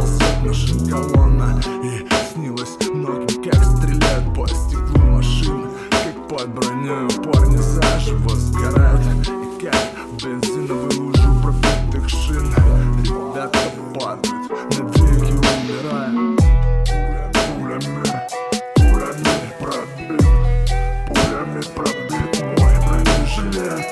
ползет наша колонна, и снилось многим, как стреляют по стеклу машин, как под бронёю парни заживо сгорают, и как в бензиновой луже у пробитых шин ребята падают, навеки умирая. Пулями пробит, пулями пробит мой бронежилет.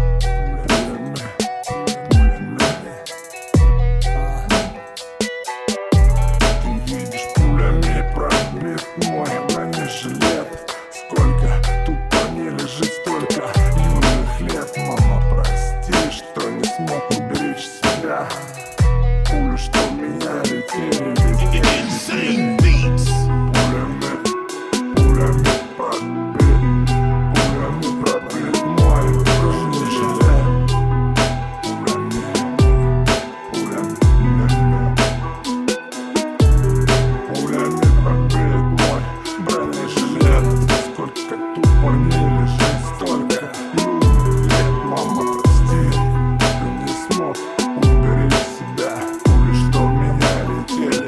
Ты видишь, пулями пробит мой бронежилет. Сколько тут парней лежит, столько юных лет. Мама, прости, что не смог уберечь себя. Пули, что в меня летели, летели. Пулями пробит мой бронежилет. Пулями пробит мой бронежилет. Сколько тут парней лежит, столько юных лет. Мама, прости, что не смог уберечь себя. Пули, что в меня летели,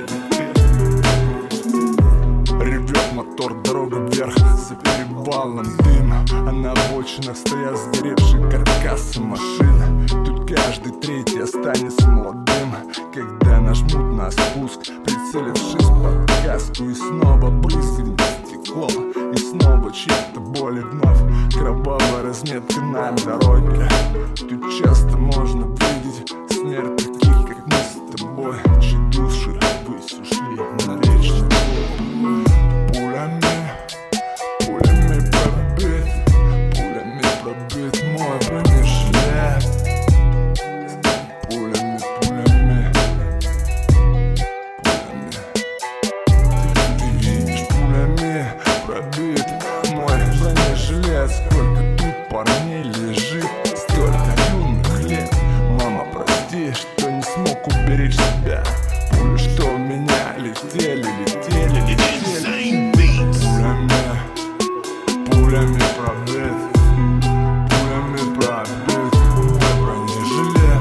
летели. Ревет мотор, дорога вверх, за перевалом дым, а на обочинах стоят сгоревшие каркасы машин. Тут каждый третий останется молодым, когда нажмут на спуск, прицелившись под каску. И снова брызгнет стекло, и снова чья-то боль, и вновь кровавая разметка на дороге. Тут часто можно видеть смерть таких, как мы с тобой, чьи души ввысь ушли на речь. Пулями пробит мой бронежилет. Пулями. Ты видишь, пулями пробит мой бронежилет. Сколько тут парней лежит, столько юных лет. Мама, прости, что не смог уберечь себя. Пули, что в меня летели, летели, летели. Пулями пробит мой бронежилет.